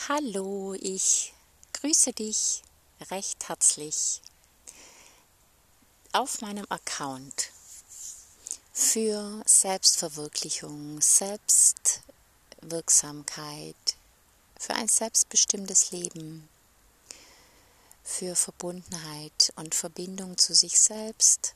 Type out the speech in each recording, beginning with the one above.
Hallo, ich grüße dich recht herzlich auf meinem Account für Selbstverwirklichung, Selbstwirksamkeit, für ein selbstbestimmtes Leben, für Verbundenheit und Verbindung zu sich selbst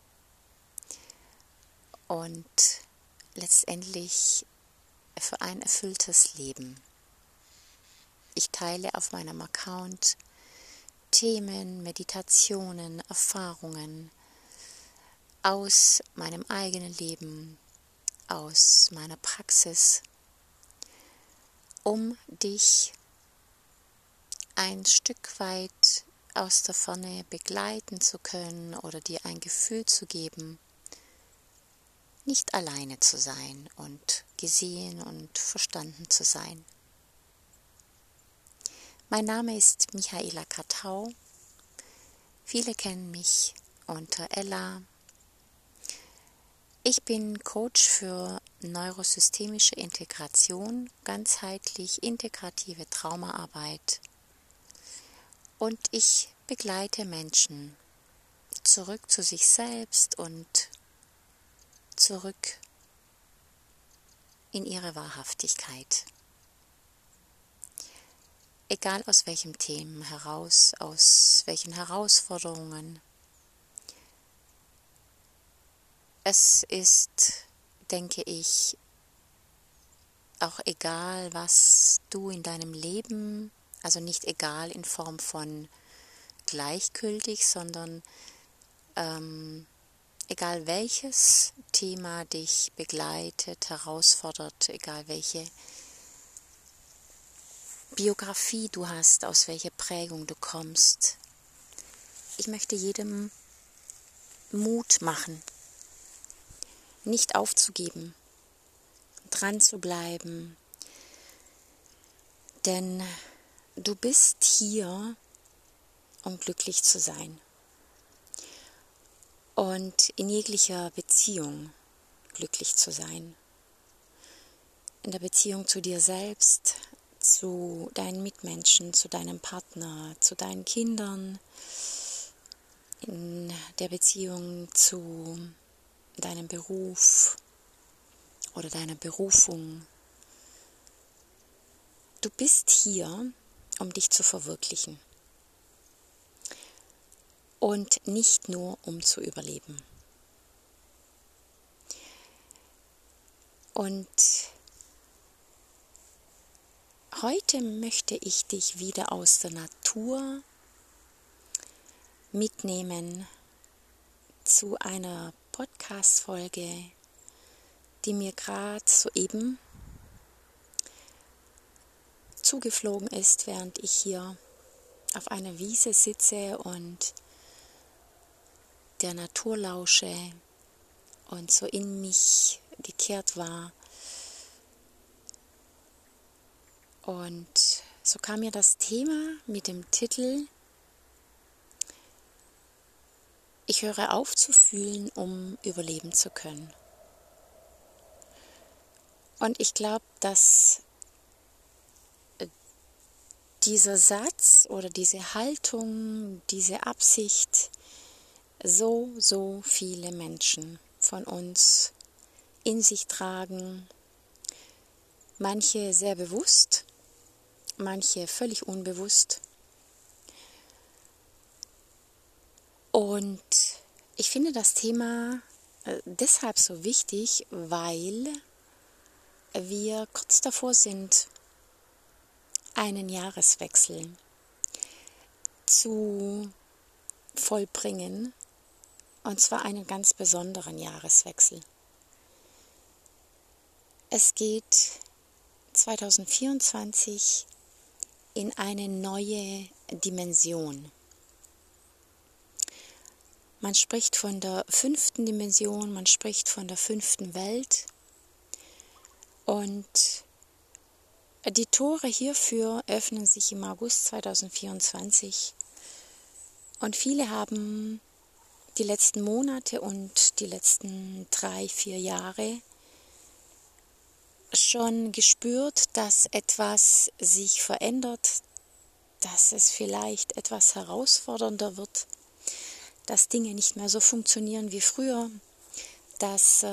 und letztendlich für ein erfülltes Leben. Ich teile auf meinem Account Themen, Meditationen, Erfahrungen aus meinem eigenen Leben, aus meiner Praxis, um dich ein Stück weit aus der Ferne begleiten zu können oder dir ein Gefühl zu geben, nicht alleine zu sein und gesehen und verstanden zu sein. Mein Name ist Michaela Kattau. Viele kennen mich unter Ella. Ich bin Coach für neurosystemische Integration, ganzheitlich integrative Traumaarbeit und ich begleite Menschen zurück zu sich selbst und zurück in ihre Wahrhaftigkeit. Egal aus welchem Themen heraus, aus welchen Herausforderungen. Es ist, denke ich, auch egal, was du in deinem Leben, also nicht egal in Form von gleichgültig, sondern egal welches Thema dich begleitet, herausfordert, egal welche Biografie du hast, aus welcher Prägung du kommst. Ich möchte jedem Mut machen, nicht aufzugeben, dran zu bleiben, denn du bist hier, um glücklich zu sein und in jeglicher Beziehung glücklich zu sein. In der Beziehung zu dir selbst, zu deinen Mitmenschen, zu deinem Partner, zu deinen Kindern, in der Beziehung zu deinem Beruf oder deiner Berufung. Du bist hier, um dich zu verwirklichen und nicht nur um zu überleben. Und heute möchte ich dich wieder aus der Natur mitnehmen zu einer Podcast-Folge, die mir gerade soeben zugeflogen ist, während ich hier auf einer Wiese sitze und der Natur lausche und so in mich gekehrt war. Und so kam mir das Thema mit dem Titel Ich höre auf zu fühlen, um überleben zu können. Und ich glaube, dass dieser Satz oder diese Haltung, diese Absicht so viele Menschen von uns in sich tragen. Manche sehr bewusst, manche völlig unbewusst. Und ich finde das Thema deshalb so wichtig, weil wir kurz davor sind, einen Jahreswechsel zu vollbringen, und zwar einen ganz besonderen Jahreswechsel. Es geht 2024 in eine neue Dimension. Man spricht von der 5. Dimension, man spricht von der 5. Welt und die Tore hierfür öffnen sich im August 2024 und viele haben die letzten Monate und die letzten 3-4 Jahre schon gespürt, dass etwas sich verändert, dass es vielleicht etwas herausfordernder wird, dass Dinge nicht mehr so funktionieren wie früher, dass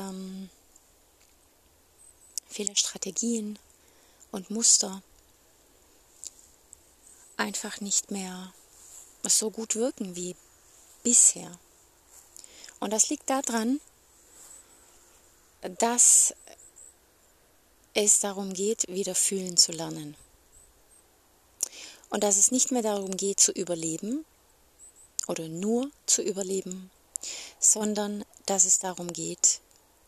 viele Strategien und Muster einfach nicht mehr so gut wirken wie bisher. Und das liegt daran, dass es darum geht, wieder fühlen zu lernen. Und dass es nicht mehr darum geht, zu überleben oder nur zu überleben, sondern dass es darum geht,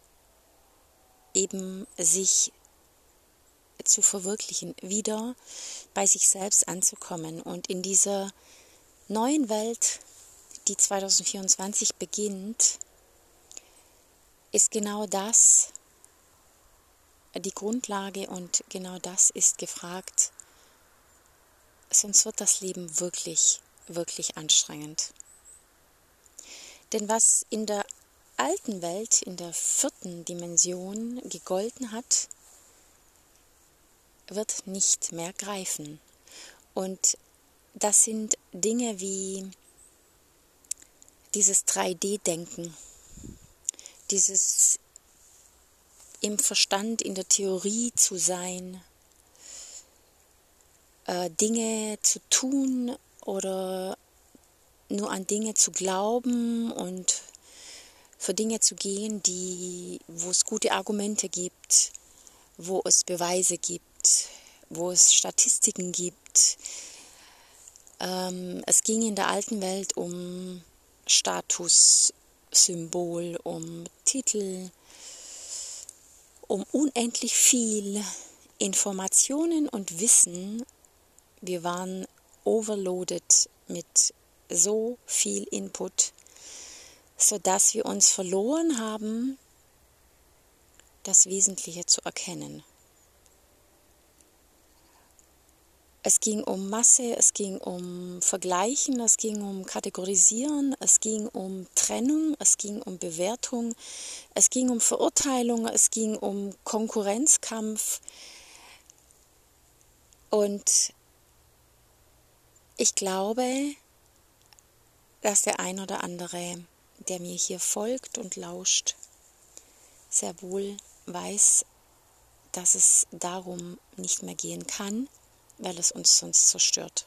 eben sich zu verwirklichen, wieder bei sich selbst anzukommen. Und in dieser neuen Welt, die 2024 beginnt, ist genau das die Grundlage und genau das ist gefragt. Sonst wird das Leben wirklich, wirklich anstrengend. Denn was in der alten Welt, in der 4. Dimension gegolten hat, wird nicht mehr greifen. Und das sind Dinge wie dieses 3D-Denken, dieses im Verstand, in der Theorie zu sein, Dinge zu tun oder nur an Dinge zu glauben und für Dinge zu gehen, wo es gute Argumente gibt, wo es Beweise gibt, wo es Statistiken gibt. Es ging in der alten Welt um Statussymbol, um Titel, um unendlich viel Informationen und Wissen. Wir waren overloaded mit so viel Input, sodass wir uns verloren haben, das Wesentliche zu erkennen. Es ging um Masse, es ging um Vergleichen, es ging um Kategorisieren, es ging um Trennung, es ging um Bewertung, es ging um Verurteilung, es ging um Konkurrenzkampf. Und ich glaube, dass der ein oder andere, der mir hier folgt und lauscht, sehr wohl weiß, dass es darum nicht mehr gehen kann, weil es uns sonst zerstört.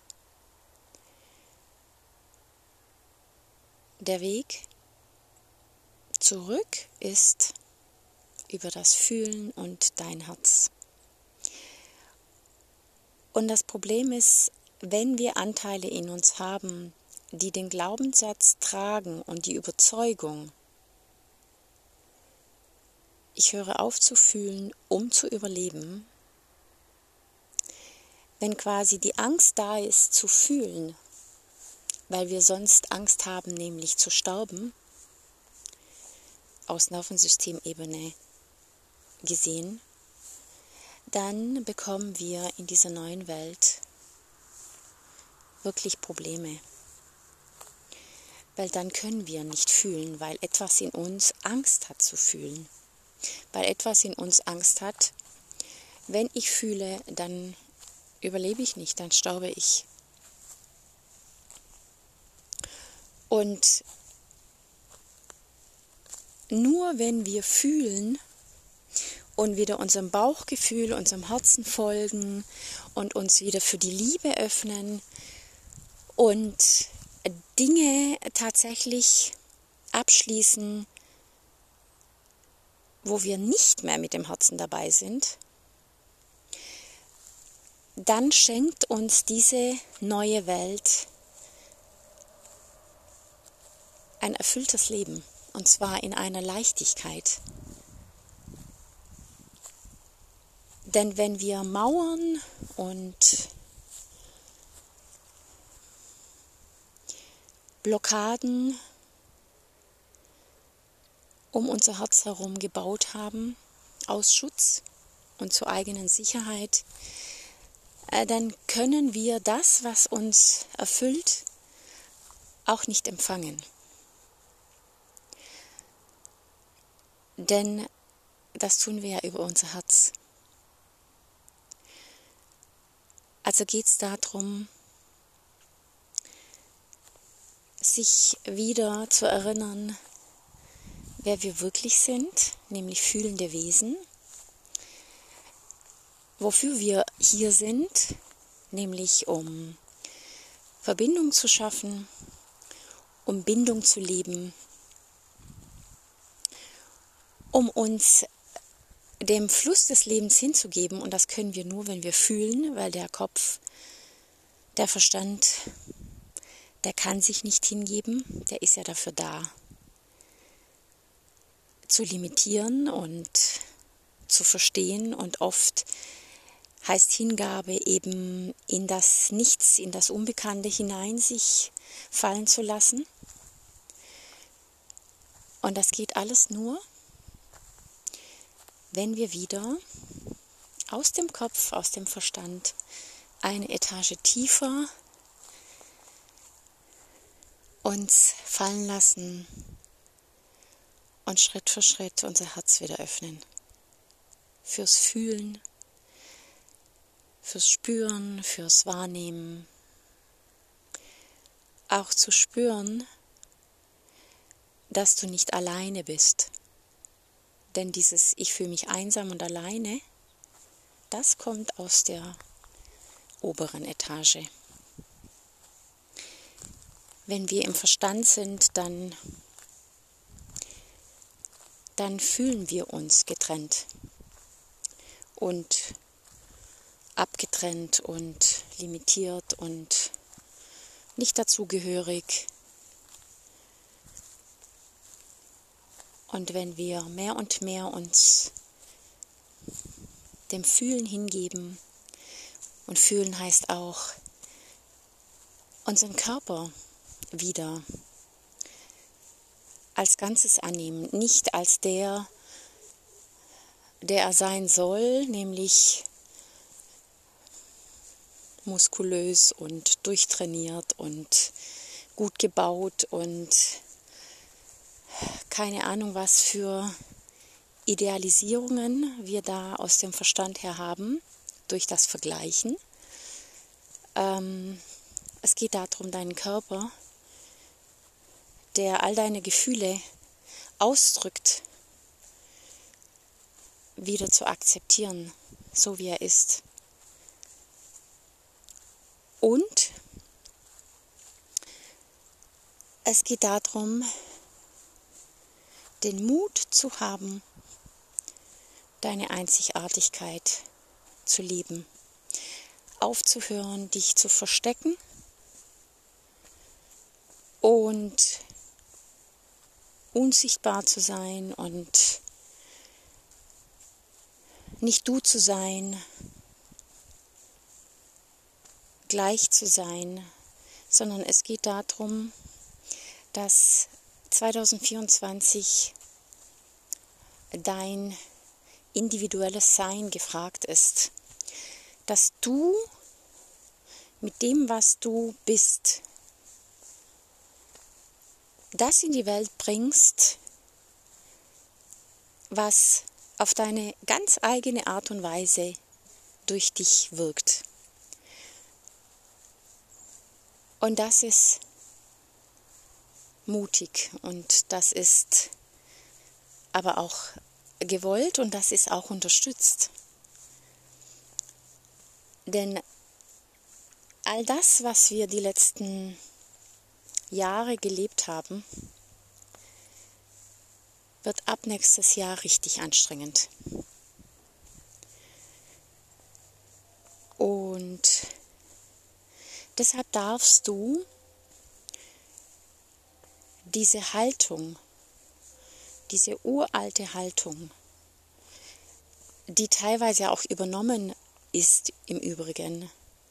Der Weg zurück ist über das Fühlen und dein Herz. Und das Problem ist, wenn wir Anteile in uns haben, die den Glaubenssatz tragen und die Überzeugung, ich höre auf zu fühlen, um zu überleben, wenn quasi die Angst da ist zu fühlen, weil wir sonst Angst haben, nämlich zu sterben, aus Nervensystemebene gesehen, dann bekommen wir in dieser neuen Welt wirklich Probleme. Weil dann können wir nicht fühlen, weil etwas in uns Angst hat zu fühlen. Weil etwas in uns Angst hat, wenn ich fühle, dann überlebe ich nicht, dann sterbe ich. Und nur wenn wir fühlen und wieder unserem Bauchgefühl, unserem Herzen folgen und uns wieder für die Liebe öffnen und Dinge tatsächlich abschließen, wo wir nicht mehr mit dem Herzen dabei sind, dann schenkt uns diese neue Welt ein erfülltes Leben, und zwar in einer Leichtigkeit. Denn wenn wir Mauern und Blockaden um unser Herz herum gebaut haben, aus Schutz und zur eigenen Sicherheit, dann können wir das, was uns erfüllt, auch nicht empfangen. Denn das tun wir ja über unser Herz. Also geht es darum, sich wieder zu erinnern, wer wir wirklich sind, nämlich fühlende Wesen, wofür wir hier sind, nämlich um Verbindung zu schaffen, um Bindung zu leben, um uns dem Fluss des Lebens hinzugeben. Und das können wir nur, wenn wir fühlen, weil der Kopf, der Verstand, der kann sich nicht hingeben, der ist ja dafür da, zu limitieren und zu verstehen. Und oft heißt Hingabe eben in das Nichts, in das Unbekannte hinein sich fallen zu lassen. Und das geht alles nur, wenn wir wieder aus dem Kopf, aus dem Verstand eine Etage tiefer uns fallen lassen und Schritt für Schritt unser Herz wieder öffnen. Fürs Fühlen, fürs Spüren, fürs Wahrnehmen. Auch zu spüren, dass du nicht alleine bist. Denn dieses Ich fühle mich einsam und alleine, das kommt aus der oberen Etage. Wenn wir im Verstand sind, dann fühlen wir uns getrennt und abgetrennt und limitiert und nicht dazugehörig. Und wenn wir mehr und mehr uns dem Fühlen hingeben, und fühlen heißt auch unseren Körper wieder als Ganzes annehmen, nicht als der er sein soll, nämlich muskulös und durchtrainiert und gut gebaut und keine Ahnung, was für Idealisierungen wir da aus dem Verstand her haben, durch das Vergleichen. Es geht darum, deinen Körper, der all deine Gefühle ausdrückt, wieder zu akzeptieren, so wie er ist. Und es geht darum, den Mut zu haben, deine Einzigartigkeit zu leben, aufzuhören, dich zu verstecken und unsichtbar zu sein und nicht du zu sein, gleich zu sein, sondern es geht darum, dass 2024 dein individuelles Sein gefragt ist, dass du mit dem, was du bist, das in die Welt bringst, was auf deine ganz eigene Art und Weise durch dich wirkt. Und das ist mutig und das ist aber auch gewollt und das ist auch unterstützt. Denn all das, was wir die letzten Jahre gelebt haben, wird ab nächstes Jahr richtig anstrengend. Und deshalb darfst du diese Haltung, diese uralte Haltung, die teilweise auch übernommen ist im Übrigen,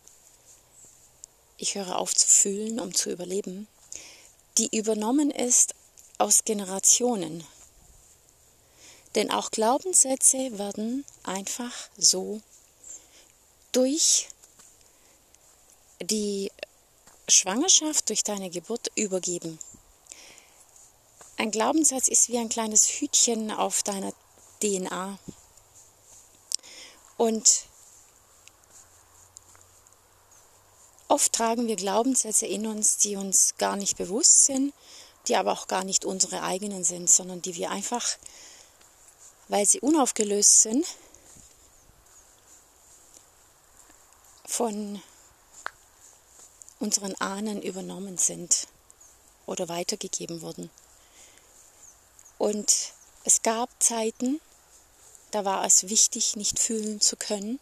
ich höre auf zu fühlen, um zu überleben, die übernommen ist aus Generationen. Denn auch Glaubenssätze werden einfach so durch die Schwangerschaft, durch deine Geburt übergeben. Ein Glaubenssatz ist wie ein kleines Hütchen auf deiner DNA. Und Oft tragen wir Glaubenssätze in uns, die uns gar nicht bewusst sind, die aber auch gar nicht unsere eigenen sind, sondern die wir einfach, weil sie unaufgelöst sind, von unseren Ahnen übernommen sind oder weitergegeben wurden. Und es gab Zeiten, da war es wichtig, nicht fühlen zu können.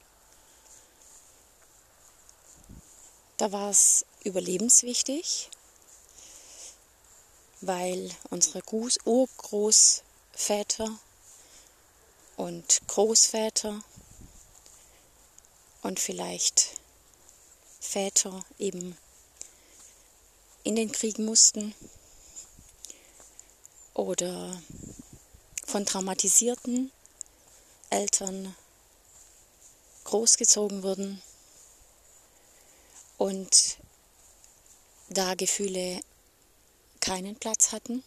Da war es überlebenswichtig, weil unsere Urgroßväter und Großväter und vielleicht Väter eben in den Krieg mussten oder von traumatisierten Eltern großgezogen wurden und da Gefühle keinen Platz hatten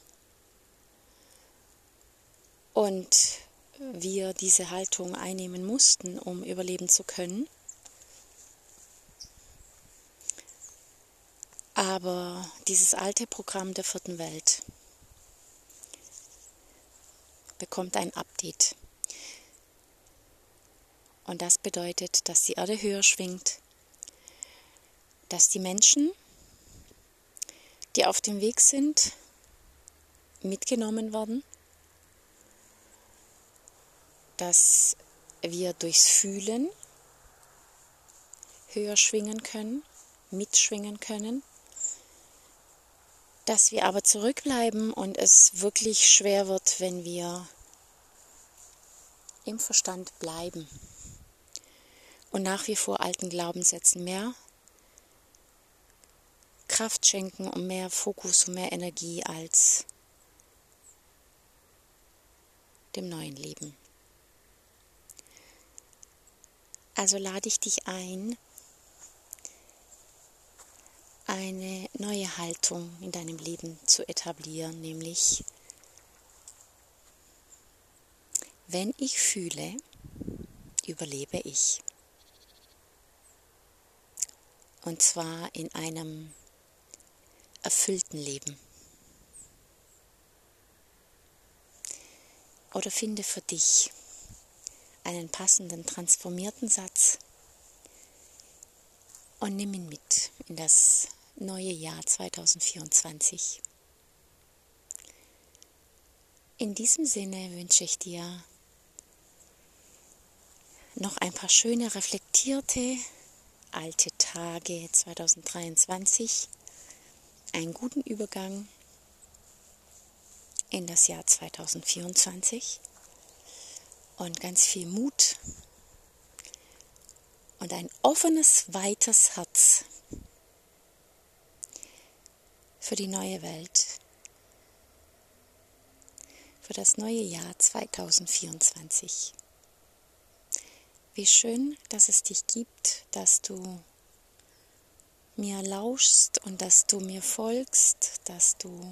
und wir diese Haltung einnehmen mussten, um überleben zu können. Aber dieses alte Programm der vierten Welt bekommt ein Update. Und das bedeutet, dass die Erde höher schwingt, dass die Menschen, die auf dem Weg sind, mitgenommen werden, dass wir durchs Fühlen höher schwingen können, mitschwingen können, dass wir aber zurückbleiben und es wirklich schwer wird, wenn wir im Verstand bleiben und nach wie vor alten Glaubenssätzen mehr Kraft schenken und mehr Fokus und mehr Energie als dem neuen Leben. Also lade ich dich ein, eine neue Haltung in deinem Leben zu etablieren, nämlich: Wenn ich fühle, überlebe ich. Und zwar in einem erfüllten Leben. Oder finde für dich einen passenden, transformierten Satz und nimm ihn mit in das neue Jahr 2024. In diesem Sinne wünsche ich dir noch ein paar schöne, reflektierte, alte Tage 2023, einen guten Übergang in das Jahr 2024 und ganz viel Mut und ein offenes, weites Herz für die neue Welt, für das neue Jahr 2024. Wie schön, dass es dich gibt, dass du mir lauschst und dass du mir folgst, dass du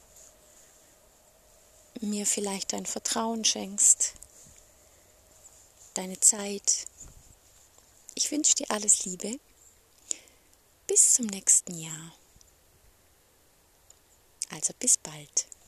mir vielleicht dein Vertrauen schenkst, deine Zeit. Ich wünsche dir alles Liebe. Bis zum nächsten Jahr. Also bis bald.